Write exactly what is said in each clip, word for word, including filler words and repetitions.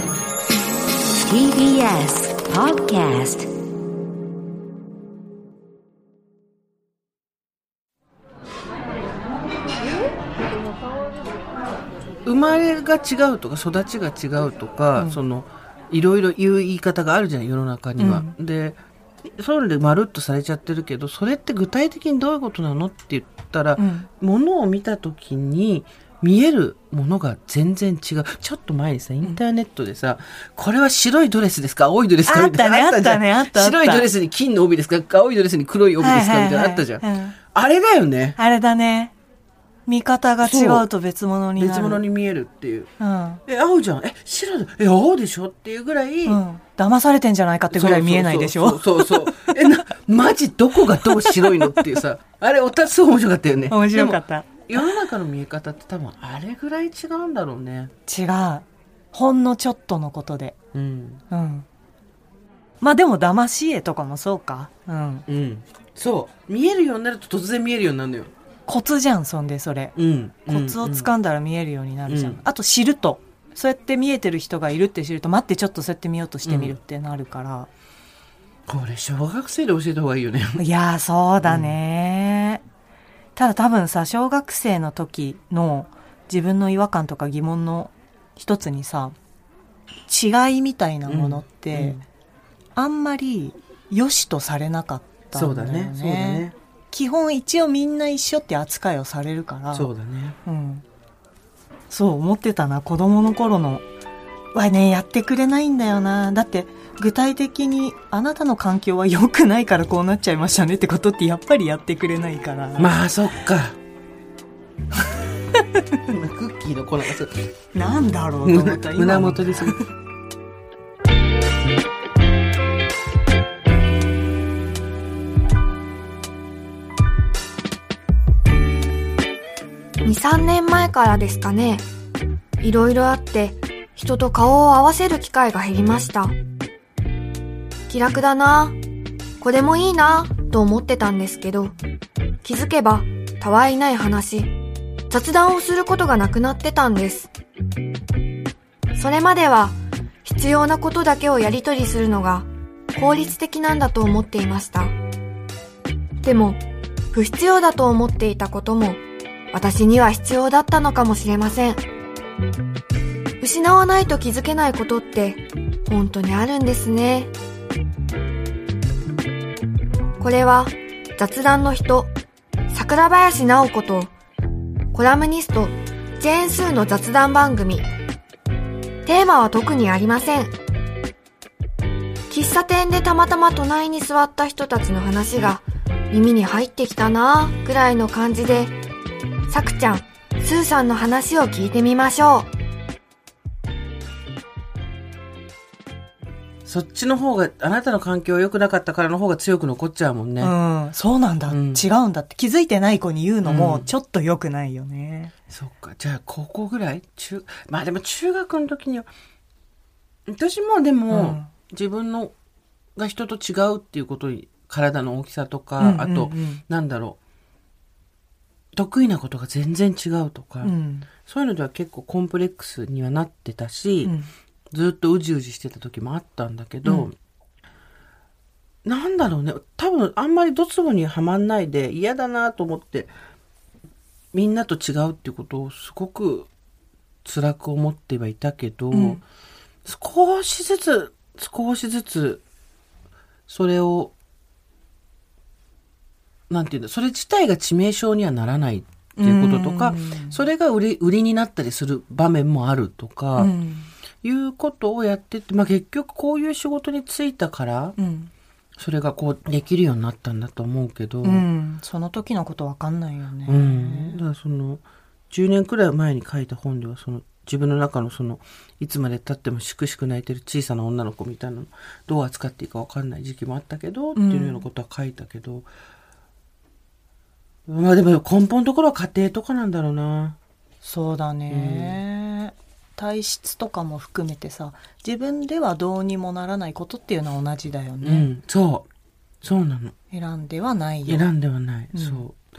ティービーエス Podcast。 生まれが違うとか育ちが違うとか、うん、そのいろいろ言う言い方があるじゃない世の中には、うん、でそういうのでまるっとされちゃってるけど、それって具体的にどういうことなのって言ったら、うん、物を見た時に見えるものが全然違う。ちょっと前にさインターネットでさ、うん、これは白いドレスですか青いドレスかみたいなあったねあったねあった白いドレスに金の帯ですか青いドレスに黒い帯ですか、はいはいはい、みたいなのあったじゃん、うん、あれだよね。 あれだね。見方が違うと別物になる。 別物に見えるっていう、うん、え青じゃんえ白だえ青でしょっていうぐらい、うん、 騙されてんじゃないかってぐらい見えないでしょ。 そうそうそうそうそうえなマジどこがどう白いのっていうさあれおたすごい面白かったよね。 面白かった。 世の中の見え方って多分あれぐらい違うんだろうね。 違う。ほんのちょっとのことで、うんうん、まあでも騙し絵とかもそうか、うんうん、そう見えるようになると突然見えるようになるのよ。 コツじゃんそんでそれ、うん、コツを掴んだら見えるようになるじゃん、うん、あと知るとそうやって見えてる人がいるって知ると待ってちょっとそうやって見ようとしてみるってなるから、 うん、これ小学生で教えた方がいいよね。 いやそうだね、うん、ただ多分さ小学生の時の自分の違和感とか疑問の一つにさ違いみたいなものって、うんうん、あんまり良しとされなかったんだよね。そうだねそうだね。基本一応みんな一緒って扱いをされるから。 そうだね、 うん、そう思ってたな子供の頃のはねやってくれないんだよな。だって具体的にあなたの環境は良くないからこうなっちゃいましたねってことってやっぱりやってくれないから。 まあそっかクッキーの粉がすなんだろうと思った胸元にするにさんねんまえからですかね。いろいろあって人と顔を合わせる機会が減りました。気楽だな、これもいいなと思ってたんですけど、気づけばたわいない話、雑談をすることがなくなってたんです。それまでは必要なことだけをやり取りするのが効率的なんだと思っていました。でも不必要だと思っていたことも私には必要だったのかもしれません。失わないと気づけないことって本当にあるんですね。これは雑談の人、桜林直子とコラムニストジェーン・スーの雑談番組。テーマは特にありません。喫茶店でたまたま隣に座った人たちの話が耳に入ってきたなぁくらいの感じで、さくちゃん、スーさんの話を聞いてみましょう。 そっちの方があなたの環境良くなかったからの方が強く残っちゃうもんね。 うん、そうなんだ、うん、違うんだって気づいてない子に言うのもちょっと良くないよね、 うん、そっか。じゃあ高校ぐらい中まあでも中学の時には私もでも、うん、自分のが人と違うっていうことに体の大きさとか、うんうんうん、あとなんだろう得意なことが全然違うとか、うん、そういうのでは結構コンプレックスにはなってたし、うん、ずっとうじうじしてた時もあったんだけど、うん、なんだろうね多分あんまりドツボにはまんないで嫌だなと思ってみんなと違うっていうことをすごく辛く思ってはいたけど、うん、少しずつ少しずつそれをなんていうんだそれ自体が致命傷にはならないっていうこととか、それが売り、売りになったりする場面もあるとか、いうことをやってって、まあ、結局こういう仕事に就いたから、うん、それがこうできるようになったんだと思うけど、うん、 その時のこと分かんないよね、 うん、だからそのじゅうねんくらい前に書いた本ではその自分の中のそのいつまで経ってもしくしく泣いてる小さな女の子みたいなのどう扱っていいか分かんない時期もあったけど、うん、っていうようなことは書いたけど、まあでも根本のところは家庭とかなんだろうな。 そうだね、うん、体質とかも含めてさ自分ではどうにもならないことっていうのは同じだよね、 うん、そうそうなの。 選んではないよ。 選んではない、うん、そう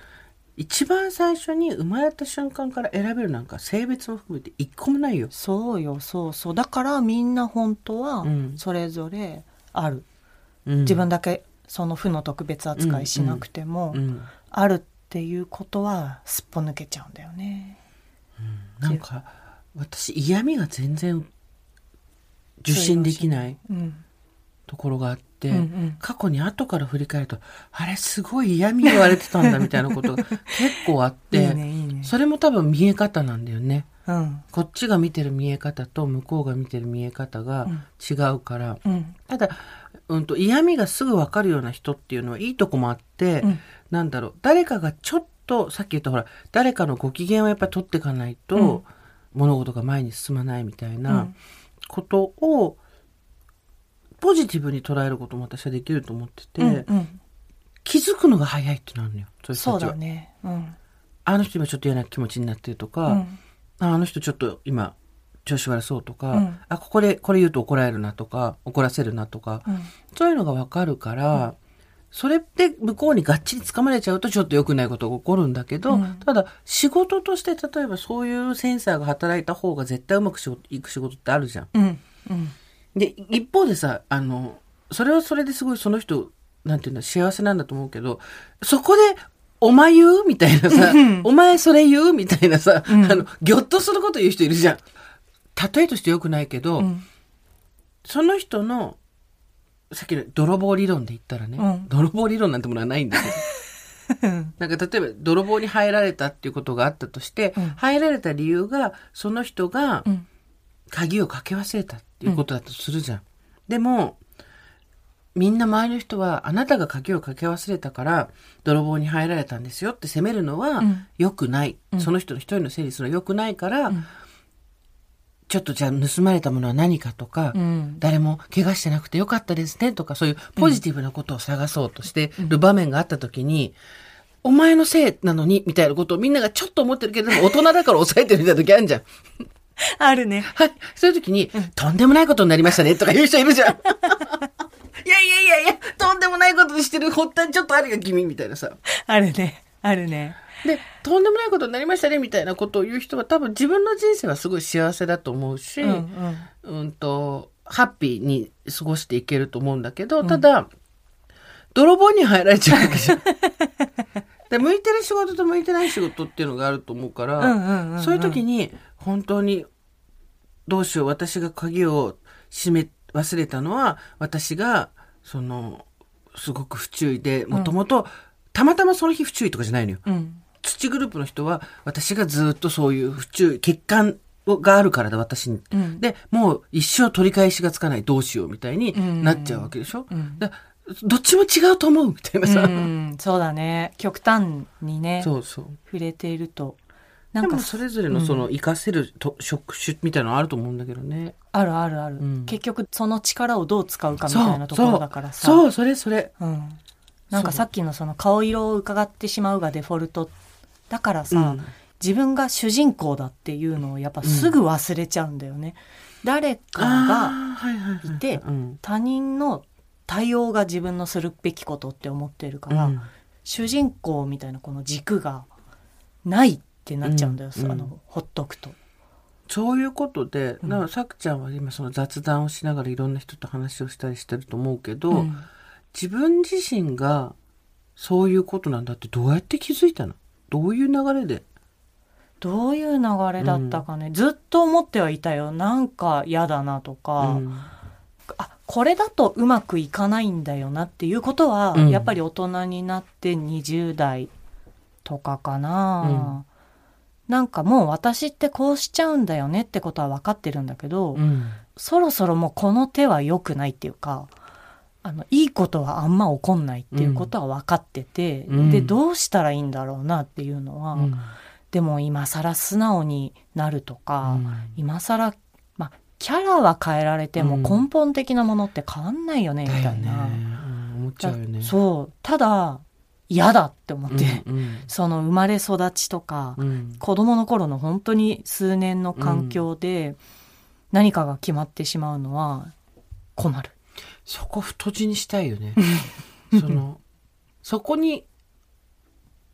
一番最初に生まれた瞬間から選べるなんか性別も含めて一個もないよ。 そうよ、そうそう。だからみんな本当はうんそれぞれある。 うん、 自分だけその負の特別扱いしなくても、 うんうんあるっていうことはすっぽ抜けちゃうんだよね。 なんか私嫌味が全然受信できないうんところがあって、 うんうん過去に後から振り返るとあれすごい嫌味言われてたんだみたいなことが結構あっていいねいいね。 それも多分見え方なんだよね。 うんこっちが見てる見え方と向こうが見てる見え方が違うから、 うんただ、うん、と嫌味がすぐ分かるような人っていうのはいいとこもあって、 うんなんだろう、誰かがちょっとさっき言ったほら誰かのご機嫌をやっぱり取っていかないと、 うん、 物事が前に進まないみたいうなんことをポジティブに捉えることも私はできると思ってて、 うんうん気づくのが早いってなるのよ。そういう人そうたちはだね。うんあの人今ちょっと嫌な気持ちになってるとか、 うんああの人ちょっと今調子悪そうとか、 うんあここでこれ言うと怒られるなとか怒らせるなとか、 うんそういうのが分かるから、うん、それで向こうにがっちり掴まれちゃうとちょっと良くないことが起こるんだけど、 うん、 ただ仕事として例えばそういうセンサーが働いた方が絶対うまくいく仕事ってあるじゃん。 うんうん、 で一方でさあのそれはそれですごいその人なんていうんだ幸せなんだと思うけど、そこでお前言うみたいなさ、お前それ言うみたいなさ、うん、あのギョッとすること言う人いるじゃん。例えとしてよくないけど、うん、その人のさっきの泥棒理論で言ったらね、うん、泥棒理論なんてものはないんだけどなんか例えば泥棒に入られたっていうことがあったとして、うん、入られた理由がその人が鍵をかけ忘れたっていうことだとするじゃん。でもみんな周りの人はあなたが鍵をかけ忘れたから泥棒に入られたんですよって責めるのは良くない、うん、その人の一人のせいにするのは良くないから、うん、ちょっとじゃあ盗まれたものは何かとか、うん、誰も怪我してなくてよかったですねとかそういうポジティブなことを探そうとしてる場面があった時に、うん、お前のせいなのにみたいなことをみんながちょっと思ってるけども大人だから抑えてるみたいな時あるじゃんあるね。 はい。そういう時に、うん、とんでもないことになりましたねとか言う人いるじゃんいやいやいやいや、とんでもないことにしてる発端ちょっとあるよ君みたいなさ。 あるね、あるね。 で、とんでもないことになりましたねみたいなことを言う人は多分自分の人生はすごい幸せだと思うし、うんうん、うんとハッピーに過ごしていけると思うんだけど、ただ、うん、泥棒に入られちゃうわけじゃん。で向いてる仕事と向いてない仕事っていうのがあると思うから、うんうんうんうん、そういう時に本当にどうしよう私が鍵を閉め忘れたのは私がそのすごく不注意でもともとたまたまその日不注意とかじゃないのよ、うん、土グループの人は私がずっとそういう不注意欠陥があるからだ私に、うん、でもう一生取り返しがつかないどうしようみたいになっちゃうわけでしょ、うんうん、だどっちも違うと思うみたいなさ、うん、 そうだね極端にねそうそう触れているとなんかでもそれぞれのその活かせると、うん、職種みたいなのあると思うんだけどね。 あるあるある、うん、結局その力をどう使うかみたいなところだからさ。 そう、そうそれそれ、 うん。なんかさっきのその顔色を伺ってしまうがデフォルトだからさ、うん、自分が主人公だっていうのをやっぱすぐ忘れちゃうんだよね。うん、誰かがいて他人の対応が自分のするべきことって思ってるから、うん、主人公みたいなこの軸がないってなっちゃうんだよ、うん、あのほっとくとそういうことで、うん、だからさくちゃんは今その雑談をしながらいろんな人と話をしたりしてると思うけど、うん、自分自身がそういうことなんだってどうやって気づいたの？どういう流れで？ どういう流れだったかね、うん、ずっと思ってはいたよ。なんか嫌だなとか、うん、あこれだとうまくいかないんだよなっていうことは、うん、やっぱり大人になってにじゅう代とかかな、うんなんかもう私ってこうしちゃうんだよねってことは分かってるんだけど、うん、そろそろもうこの手は良くないっていうかあのいいことはあんま起こんないっていうことは分かってて、うん、でどうしたらいいんだろうなっていうのは、うん、でも今更素直になるとか、うん、今更、まあ、キャラは変えられても根本的なものって変わんないよね、うん、みたいな、 だよね、うん、思っちゃうよね。 そうただ嫌だって思って、うんうん、その生まれ育ちとか、うん、子供の頃の本当に数年の環境で何かが決まってしまうのは困る。 そこ太字にしたいよねそのそこに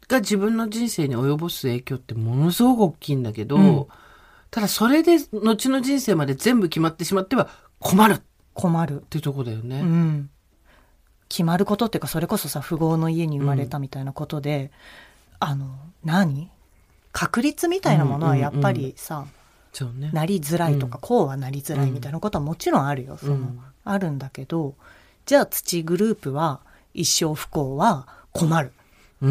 が自分の人生に及ぼす影響ってものすごく大きいんだけど、うん、ただそれで後の人生まで全部決まってしまっては困る困るっていうところだよね、 うん、決まることっていうかそれこそさ富豪の家に生まれたみたいなことで、うん、あの何確率みたいなものはやっぱりさ、うんうんうんそうね、 なりづらいとか、うん、こうはなりづらいみたいなことはもちろんあるよ、うん、そのあるんだけど、じゃあ土グループは一生不幸は困る、 うんうん、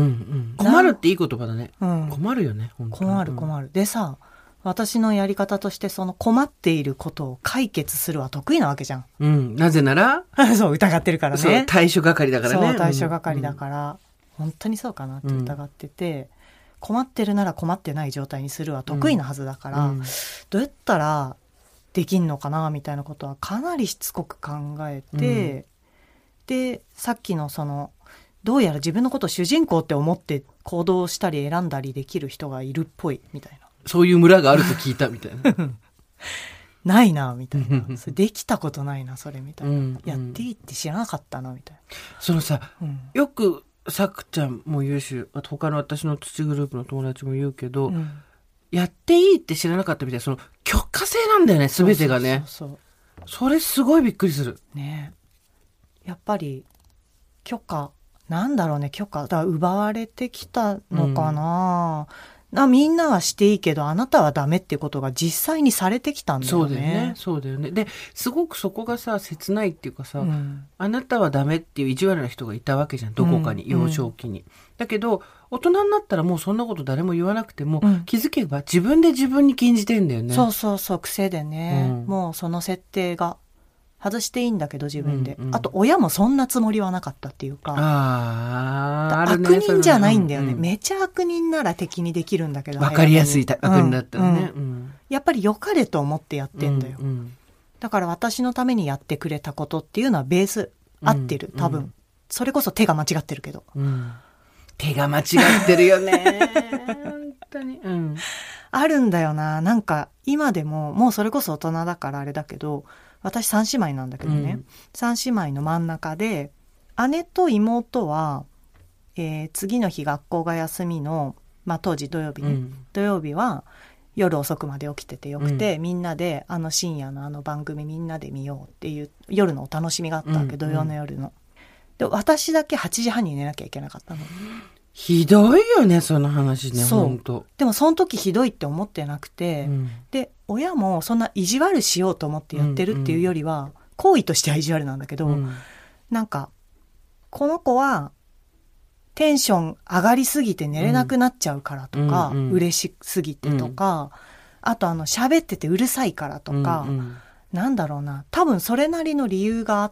困るっていい言葉だね、 うん、 困るよね本当に困る困る、うん、でさ私のやり方としてその困っていることを解決するは得意なわけじゃん、 うん、なぜならそう疑ってるからね、 そう対処係だからね、 そう対処係だから、うん、本当にそうかなって疑ってて、うん困ってるなら困ってない状態にするは得意なはずだから、うんうん、どうやったらできんのかなみたいなことはかなりしつこく考えて、うん、でさっきのそのどうやら自分のことを主人公って思って行動したり選んだりできる人がいるっぽいみたいな、 そういう村があると聞いたみたいなないなみたいなそれできたことないなそれみたいな、うん、やっていいって知らなかったなみたいな、 そのさ、うん、よくさくちゃんも言うし、あと他の私の土グループの友達も言うけど、うん、やっていいって知らなかったみたいな、その許可制なんだよね、全てがね。そうそうそうそう、それすごいびっくりする。 ね、やっぱり許可、なんだろうね、許可だから奪われてきたのかな、うん、あみんなはしていいけどあなたはダメっていうことが実際にされてきたんだよね。 そうだよね、そうだよね。ですごくそこがさ切ないっていうかさ、うん、あなたはダメっていう意地悪な人がいたわけじゃん、どこかに、うん、幼少期に、うん、だけど大人になったらもうそんなこと誰も言わなくても、うん、気づけば自分で自分に禁じてんだよね。 そうそうそう、癖でね、うん、もうその設定が外していいんだけど自分で、うんうん、あと親もそんなつもりはなかったっていうか、 ああ、悪人じゃないんだよね、うん、めちゃ悪人なら敵にできるんだけど分かりやすい悪人だったらね、 うんうん、やっぱり良かれと思ってやってんだよ、うんうん、だから私のためにやってくれたことっていうのはベース合ってる、多分、うん、それこそ手が間違ってるけど、 うん、手が間違ってるよね本当に、うん、 あるんだよな。なんか今でももうそれこそ大人だからあれだけど、私三姉妹なんだけどね、うん、三姉妹の真ん中で姉と妹は、えー、次の日学校が休みの、まあ、当時土曜日ね、うん、土曜日は夜遅くまで起きててよくて、うん、みんなであの深夜のあの番組みんなで見ようっていう夜のお楽しみがあったわけ、うん、土曜の夜の。で私だけはちじはんに寝なきゃいけなかったの。 ひどいよねその話ね。 そう本当。 でもその時ひどいって思ってなくて、うん、で親もそんな意地悪しようと思ってやってるっていうよりは、うんうん、行為としては意地悪なんだけど、うん、なんかこの子はテンション上がりすぎて寝れなくなっちゃうからとか、うんうん、嬉しすぎてとか、うん、あとあの喋っててうるさいからとか、うんうん、なんだろうな、多分それなりの理由があって、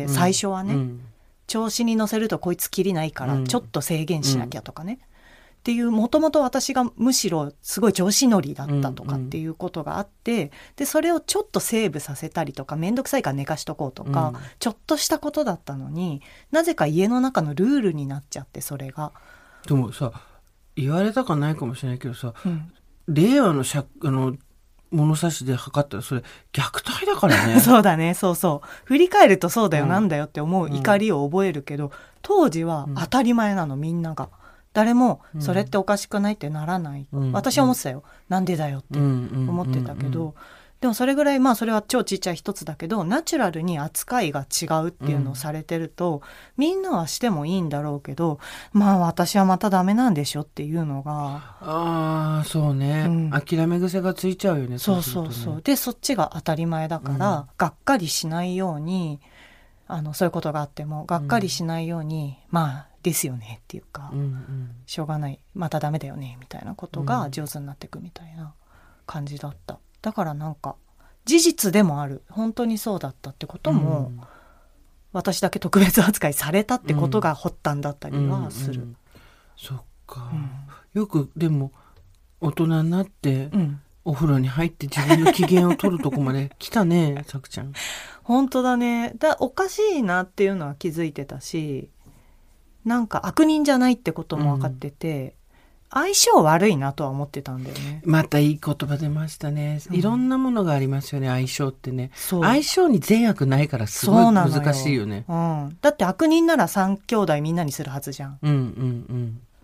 うん、最初はね、うん調子に乗せるとこいつきりないからちょっと制限しなきゃとかね、うん、っていうもともと私がむしろすごい調子乗りだったとかっていうことがあって、うん、でそれをちょっとセーブさせたりとかめんどくさいから寝かしとこうとか、うん、ちょっとしたことだったのになぜか家の中のルールになっちゃって、それがでもさ言われたかないかもしれないけどさ、うん、令和のしゃあの物差しで測ったらそれ虐待だからねそうだね、そうそう、振り返るとそうだよ、うん、なんだよって思う怒りを覚えるけど、うん、当時は当たり前なの、みんなが誰もそれっておかしくないってならない、うん、私は思ってたよ、うん、なんでだよって思ってたけど、うんうんうんうん、でもそれぐらいまあそれは超ちっちゃい一つだけどナチュラルに扱いが違うっていうのをされてると、うん、みんなはしてもいいんだろうけどまあ私はまたダメなんでしょっていうのがああそうね、うん、諦め癖がついちゃうよね。 そうそうそう、ね、でそっちが当たり前だから、うん、がっかりしないようにあのそういうことがあってもがっかりしないように、うん、まあですよねっていうか、うんうん、しょうがないまたダメだよねみたいなことが上手になっていくみたいな感じだった。だからなんか事実でもある本当にそうだったってことも、うん、私だけ特別扱いされたってことが発端だったりはする、うんうんうん、 そっか、うん、よくでも大人になって、うん、お風呂に入って自分の機嫌を取るとこまで来たねさくちゃん。 本当だね。だおかしいなっていうのは気づいてたしなんか悪人じゃないってことも分かってて、うん、相性悪いなとは思ってたんだよね。 またいい言葉出ましたね、うん、いろんなものがありますよね相性ってね。相性に善悪ないからすごい難しいよね。 よ、うん、だって悪人なら三兄弟みんなにするはずじゃん、 うんうんうん、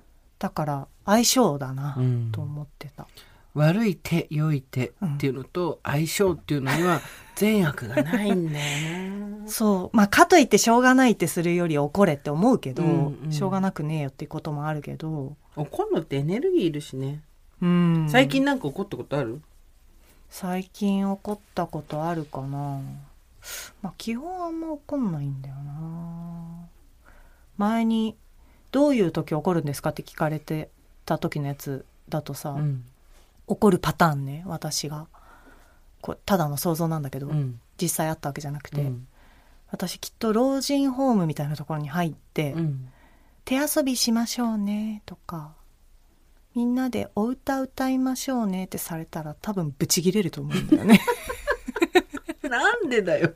だから相性だな、 うん、 と思ってた。 悪い手良い手っていうのと相性っていうのには善悪がないんだよね。 そうまあかといってしょうがないってするより怒れって思うけど、 うんうん、 しょうがなくねえよっていうこともあるけど、 怒るのってエネルギーいるしね。 うん、 最近なんか怒ったことある？ 最近怒ったことあるかな。まあ基本あんま怒んないんだよな。前にどういう時怒るんですかって聞かれてた時のやつだとさ、うん、怒るパターンね、私がこれただの想像なんだけど、うん、実際あったわけじゃなくて、うん、私きっと老人ホームみたいなところに入って、うん、手遊びしましょうねとかみんなでお歌歌いましょうねってされたら多分ブチギレると思うんだよね。 なんでだよ。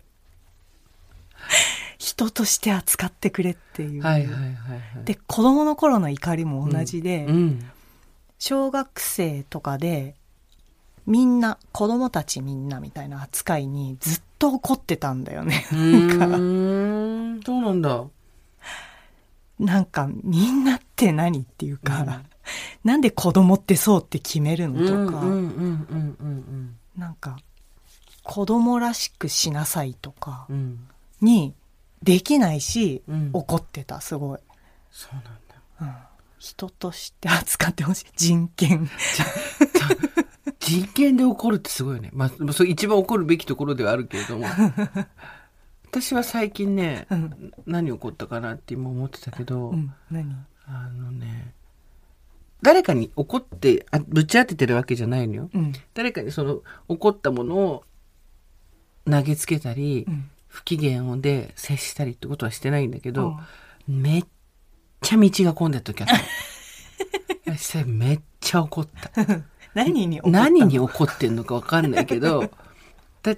人として扱ってくれっていう、 はいはいはいはい、 で子供の頃の怒りも同じで、 うんうん、小学生とかでみんな子供たちみんなみたいな扱いにずっと怒ってたんだよね。なんかうーんそうなんだ。 なんかみんなって何っていうか、うん、なんで子供ってそうって決めるのとか、なんか子供らしくしなさいとかにできないし、うん、怒ってたすごい。 そうなんだ、 うん、人として扱ってほしい。人権人権で怒るってすごいよね。まあそれ一番怒るべきところではあるけれども私は最近ね、うん、何起こったかなって今思ってたけど、うん、 何あのね誰かに怒ってあぶち当ててるわけじゃないのよ、うん、誰かにその怒ったものを投げつけたり、うん、不機嫌で接したりってことはしてないんだけど、うん、めっちゃ道が混んでる時あった私めっちゃ怒った何に怒ったの？ 何に怒ってんのか分かんないけどだって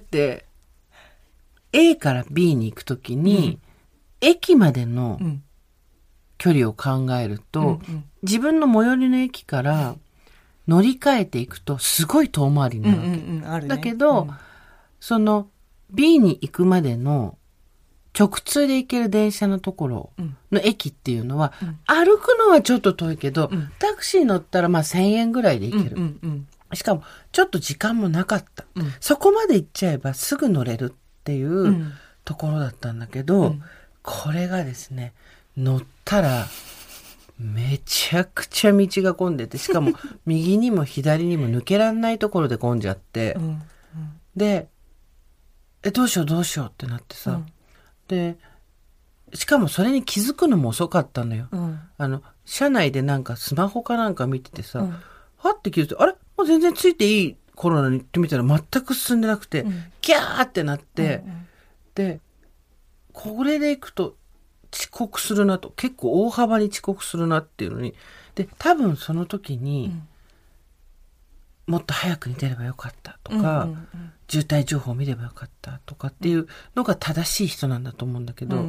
A から B に行くときに、うん、駅までの距離を考えると、うんうん、自分の最寄りの駅から乗り換えていくとすごい遠回りになるわけ、うんうんうんあるね、だけど、うん、その B に行くまでの直通で行ける電車のところの駅っていうのは、うん、歩くのはちょっと遠いけど、うん、タクシー乗ったらまあせんえんぐらいで行ける、うんうんうん、しかもちょっと時間もなかった、うん、そこまで行っちゃえばすぐ乗れるっていうところだったんだけど、うん、これがですね乗ったらめちゃくちゃ道が混んでて、しかも右にも左にも抜けらんないところで混んじゃって、うんうん、でえどうしようどうしようってなってさ、うん、でしかもそれに気づくのも遅かったのよ、うん、あの車内でなんかスマホかなんか見ててさ、うん、はって気づいてあれもう全然ついていい頃に行ってみたら全く進んでなくて、うん、ギャーってなって、うんうん、でこれで行くと遅刻するなと、結構大幅に遅刻するなっていうのに、で多分その時に、うん、もっと早くに出ればよかったとか、うんうんうん、渋滞情報を見ればよかったとかっていうのが正しい人なんだと思うんだけど、うん、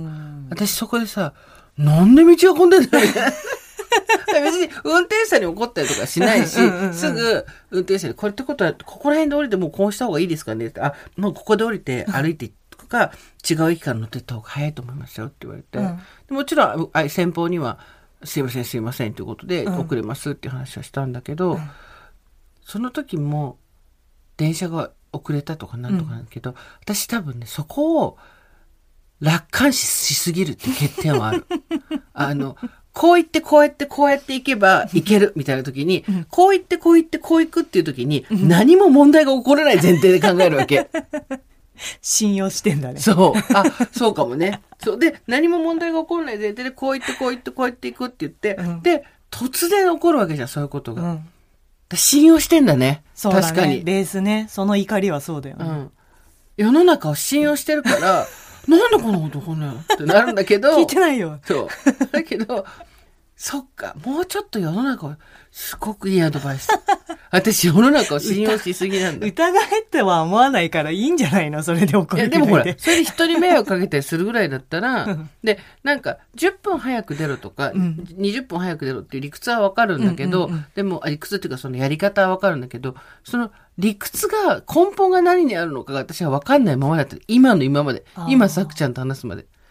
私そこでさなんで道が混んでんだみたいな別に運転手さんに怒ったりとかしないしうんうん、うん、すぐ運転手さんにこれってことはここら辺で降りてもうこうした方がいいですかねって、あもうここで降りて歩いてとか違う駅から乗ってった方が早いと思いますよって言われて、うん、でもちろんあ先方にはすいませんすいませんということで、うん、遅れますっていう話はしたんだけど、うん、その時も電車が遅れたとかなんとかなんだけど、うん、私多分ねそこを楽観視しすぎるって欠点はあるあのこう言ってこうやってこうやって行けば行けるみたいな時に、うん、こう言ってこう言ってこう行くっていう時に、うん、何も問題が起こらない前提で考えるわけ信用してんだね。 そう。あ、そうかもね。そうで、何も問題が起こらない前提で、こう言って、こう言って、こう言っていくって言って、うん、で、突然起こるわけじゃん、そういうことが。うん、信用してんだね。 そうだね。 確かに。 ベースね。その怒りはそうだよね。うん、 世の中を信用してるから、なんでこんなこと起こんないのってなるんだけど。 聞いてないよ。 そう。だけど、そっか、もうちょっと世の中を、すごくいいアドバイス。私世の中を信用しすぎなんだ。 疑えっては思わないからいいんじゃないのそれで怒るぐらいで。いやでもほら、 それで人に迷惑かけたりするぐらいだったら、で、なんかじゅっぷん早く出ろとか、うん、にじゅっぷん早く出ろっていう理屈はわかるんだけど、うんうんうん、でも、理屈っていうかそのやり方はわかるんだけど、その理屈が、根本が何にあるのかが私はわかんないままだった。今の今まで。今、さくちゃんと話すまで。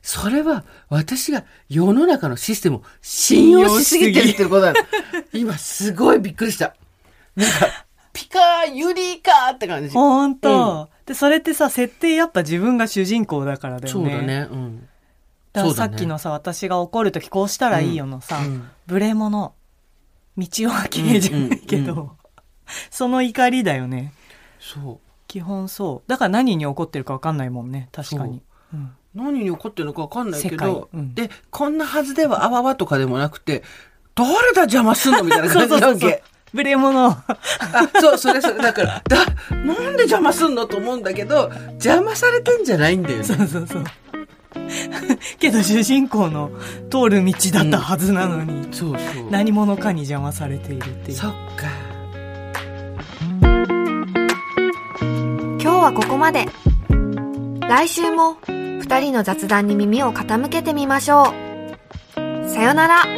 それは私が世の中のシステムを信用しすぎてるってことだ。今すごいびっくりした。なんか、ピカー、ユリカーって感じ。 ほんと、 うん、 で、それってさ、設定やっぱ自分が主人公だからだよね。 そうだね。うん。 だからさっきのさ、私が怒るときこうしたらいいよのさ、うん、無礼者、道を開けじゃないけど、うんうんうん、その怒りだよね。 そう。 基本そう。だから何に怒ってるか分かんないもんね。確かに。うん、 何に怒ってるのか分かんないけど、うん、で、こんなはずではあわわとかでもなくて、誰だ邪魔すんのみたいな感じなわけ。 無礼者。 あ、そう、それそれ。だから、だ、なんで邪魔すんのと思うんだけど、邪魔されてんじゃないんだよね。 そうそうそう。けど主人公の通る道だったはずなのに、うん、 そうそう。 何者かに邪魔されているっていう。 そっか。 今日はここまで。来週も二人の雑談に耳を傾けてみましょう。さよなら。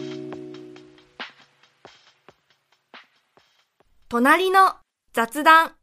隣の雑談。